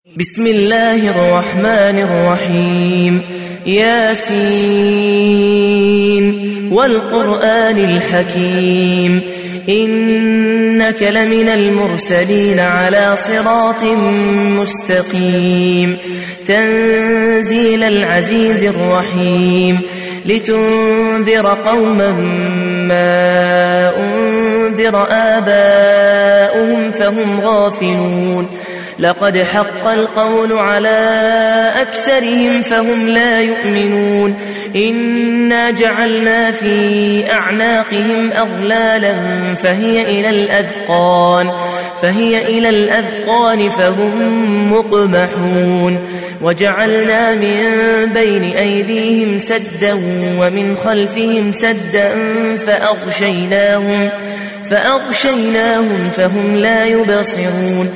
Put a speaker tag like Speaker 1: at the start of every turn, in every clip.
Speaker 1: بسم الله الرحمن الرحيم ياسين والقرآن الحكيم إنك لمن المرسلين على صراط مستقيم تنزيل العزيز الرحيم لتنذر قوما ما أنذر آباؤهم فهم غافلون لقد حق القول على أكثرهم فهم لا يؤمنون إنا جعلنا في أعناقهم أغلالا فهي إلى الأذقان فهم مقمحون وجعلنا من بين أيديهم سدا ومن خلفهم سدا فأغشيناهم فهم لا يبصرون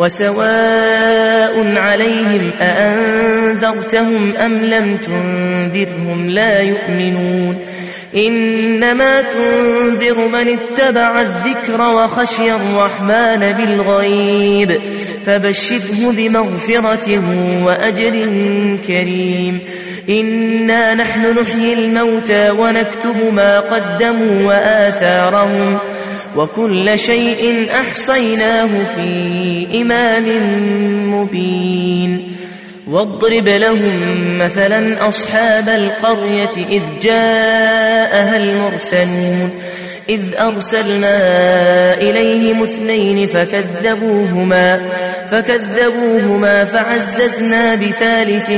Speaker 1: وسواء عليهم أأنذرتهم أم لم تنذرهم لا يؤمنون إنما تنذر من اتبع الذكر وخشي الرحمن بالغيب فبشره بمغفرة وأجر كريم إنا نحن نحيي الموتى ونكتب ما قدموا وآثارهم وكل شيء أحصيناه في إمام مبين واضرب لهم مثلا أصحاب القرية إذ جاءها المرسلون إذ أرسلنا إليهم 2 فكذبوهما فعززنا ب3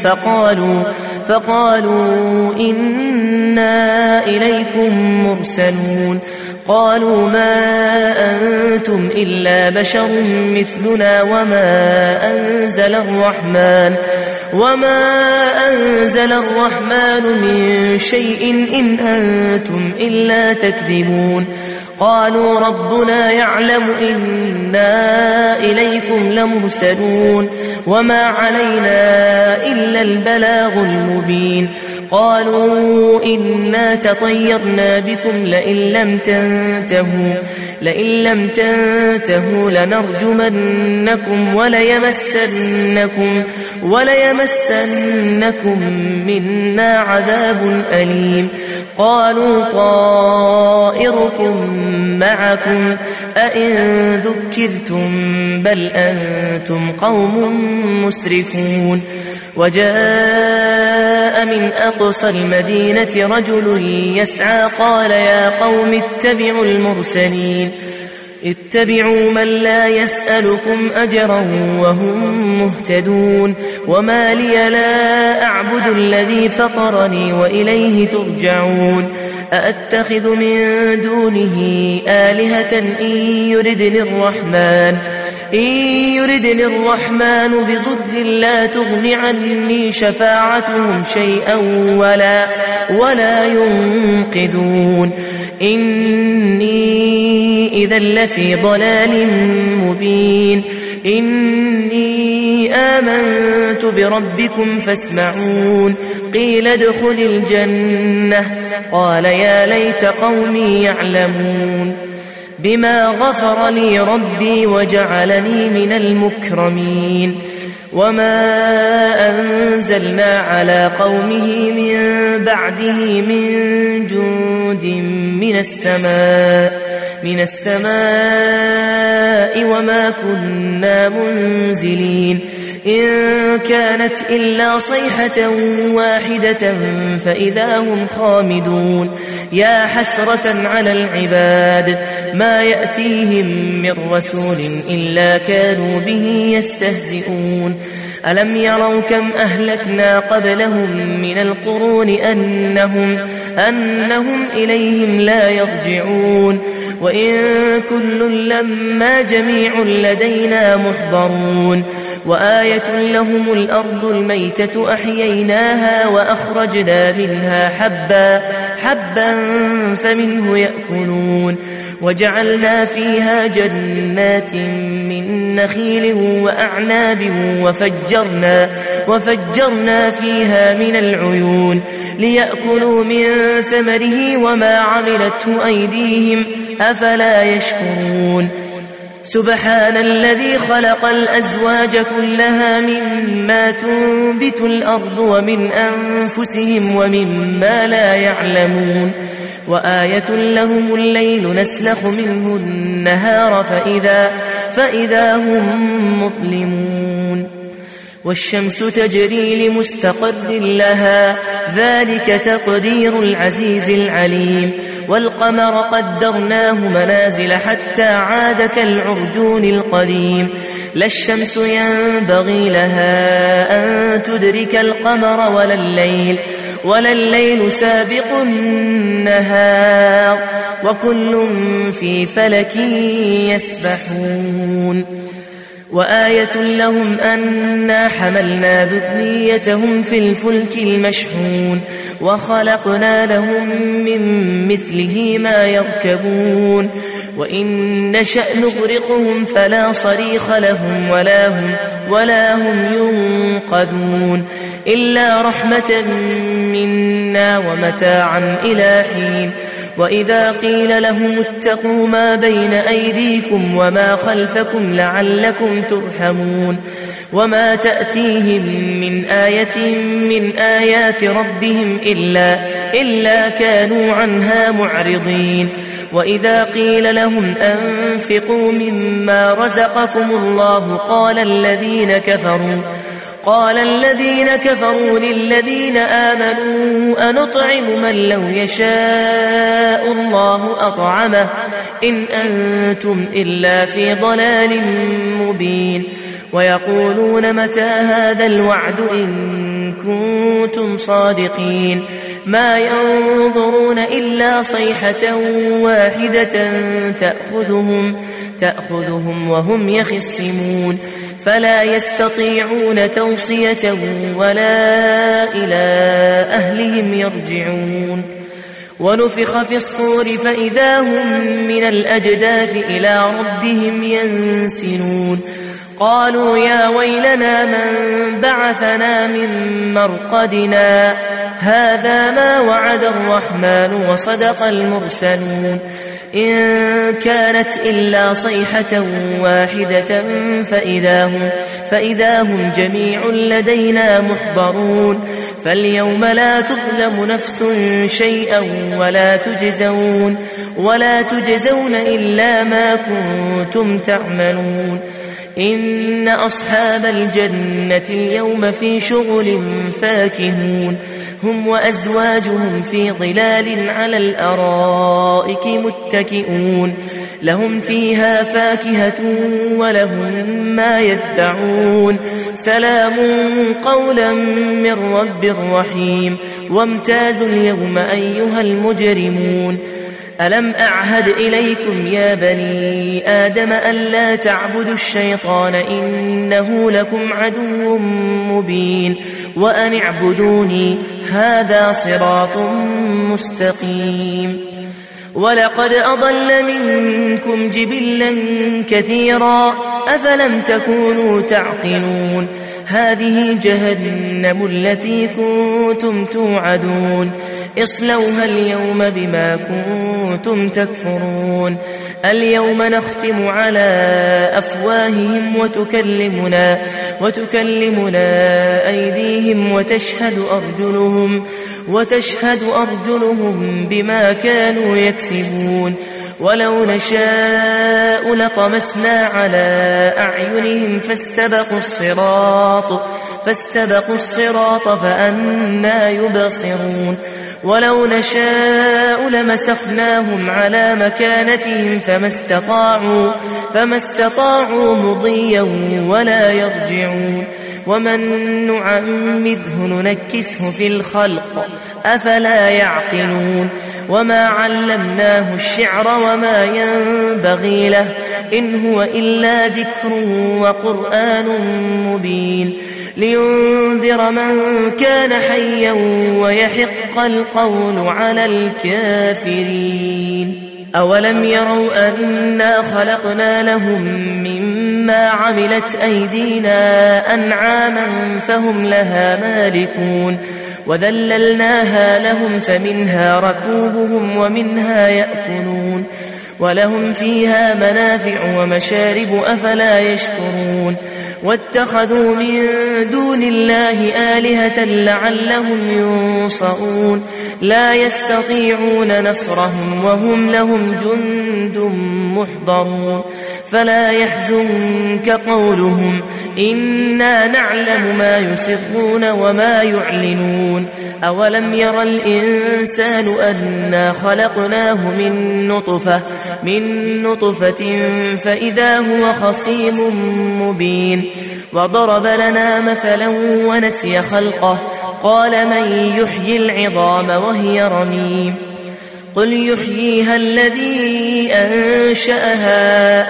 Speaker 1: فقالوا إنا إليكم مرسلون قالوا ما أنتم إلا بشر مثلنا وما أنزل الرحمن من شيء إن أنتم إلا تكذبون قالوا ربنا يعلم إنا إليكم لمرسلون وما علينا إلا البلاغ المبين قالوا إنا تطيرنا بكم لئن لم تنتهوا لنرجمنكم وليمسنكم منا عذاب أليم قالوا طائركم معكم أئن ذكرتم بل أنتم قوم مسرفون وجاء من أقصى المدينة رجل يسعى قال يا قوم اتبعوا المرسلين اتبعوا من لا يسألكم أجرا وهم مهتدون وما لي لا أعبد الذي فطرني وإليه ترجعون أأتخذ من دونه آلهة إن يردني الرحمن بضر لا تغن عني شفاعتهم شيئا ولا ينقذون إني إذا لفي ضلال مبين إني آمنت بربكم فاسمعون قيل ادخل الجنة قال يا ليت قومي يعلمون بما غفر لي ربي وجعلني من المكرمين وما أنزلنا على قومه من بعده من جند من السماء وما كنا منزلين إن كانت إلا صيحة واحدة فإذا هم خامدون يا حسرة على العباد ما يأتيهم من رسول إلا كانوا به يستهزئون ألم يروا كم أهلكنا قبلهم من القرون أنهم إليهم لا يرجعون وإن كل لما جميع لدينا محضرون وآية لهم الأرض الميتة أحييناها وأخرجنا منها حبا فمنه يأكلون وجعلنا فيها جنات من نخيل وأعناب وفجرنا فيها من العيون ليأكلوا من ثمره وما عملته أيديهم أفلا يشكرون سبحان الذي خلق الأزواج كلها مما تنبت الأرض ومن أنفسهم ومما لا يعلمون وآية لهم الليل نسلخ منه النهار فإذا هم مظلمون والشمس تجري لمستقر لها ذلك تقدير العزيز العليم والقمر قدرناه منازل حتى عاد كالعرجون القديم لا الشمس ينبغي لها أن تدرك القمر ولا الليل سابق النهار وكل في فلك يسبحون وآية لهم أنا حملنا ذريتهم في الفلك المشحون وخلقنا لهم من مثله ما يركبون وإن نشأ نغرقهم فلا صريخ لهم ولا هم ينقذون إلا رحمة منا ومتاعا إلى حين وإذا قيل لهم اتقوا ما بين أيديكم وما خلفكم لعلكم ترحمون وما تأتيهم من آية من آيات ربهم إلا كانوا عنها معرضين وإذا قيل لهم أنفقوا مما رزقكم الله قال الذين كفروا للذين آمنوا أنطعم من لو يشاء الله أطعمه إن أنتم إلا في ضلال مبين ويقولون متى هذا الوعد إن كنتم صادقين ما ينظرون إلا صيحة واحدة تأخذهم وهم يخصمون فلا يستطيعون توصية ولا إلى أهلهم يرجعون ونفخ في الصور فإذا هم من الأجداث إلى ربهم ينسلون قالوا يا ويلنا من بعثنا من مرقدنا هذا ما وعد الرحمن وصدق المرسلون إن كانت إلا صيحة واحدة فإذا هم جميع لدينا محضرون فاليوم لا تظلم نفس شيئا ولا تجزون إلا ما كنتم تعملون إن أصحاب الجنة اليوم في شغل فاكهون هم وأزواجهم في ظلال على الأرائك متكئون لهم فيها فاكهة ولهم ما يدعون سلام قولا من رب رحيم وامتازوا اليوم أيها المجرمون ألم أعهد إليكم يا بني آدم ألا تعبدوا الشيطان إنه لكم عدو مبين وأن اعبدوني هذا صراط مستقيم ولقد أضل منكم جبلا كثيرا أفلم تكونوا تعقلون هذه جهنم التي كنتم توعدون اصلوها اليوم بما كنتم تكفرون اليوم نختم على أفواههم وتكلمنا أيديهم وتشهد أرجلهم بما كانوا يكسبون ولو نشاء لطمسنا على أعينهم فاستبقوا الصراط فأنى يبصرون ولو نشاء لمسخناهم على مكانتهم فما استطاعوا مضيا ولا يرجعون ومن نعمره ننكسه في الخلق أفلا يعقلون وما علمناه الشعر وما ينبغي له إن هو إلا ذكر وقرآن مبين لينذر من كان حيا ويحق القول على الكافرين أولم يروا أنا خلقنا لهم مما عملت أيدينا أنعاما فهم لها مالكون وذللناها لهم فمنها ركوبهم ومنها يأكلون ولهم فيها منافع ومشارب أفلا يشكرون واتخذوا من دون الله آلهة لعلهم ينصرون لا يستطيعون نصرهم وهم لهم جند محضرون فلا يحزنك قولهم إنا نعلم ما يسرون وما يعلنون أولم ير الإنسان أنا خلقناه من نطفة فإذا هو خصيم مبين وضرب لنا مثلا ونسي خلقه قال من يحيي العظام وهي رميم قل يحييها الذي أنشأها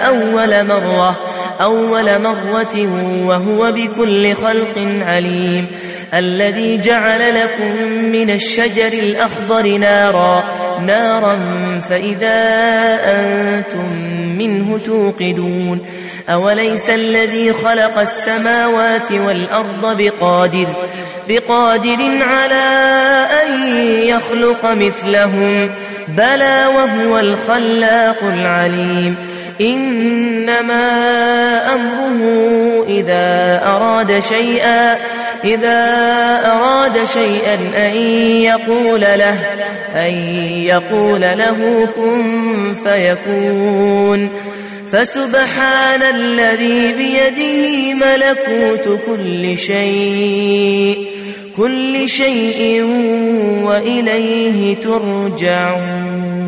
Speaker 1: أول مرة وهو بكل خلق عليم الذي جعل لكم من الشجر الأخضر نارا فإذا أنتم منه توقدون أوليس الذي خلق السماوات والأرض بقادر على أن يخلق مثلهم بلى وهو الخلاق العليم إنما أمره إذا أراد شيئا أن يقول له كن فيكون فسبحان الذي بيده ملكوت كل شيء وإليه ترجعون.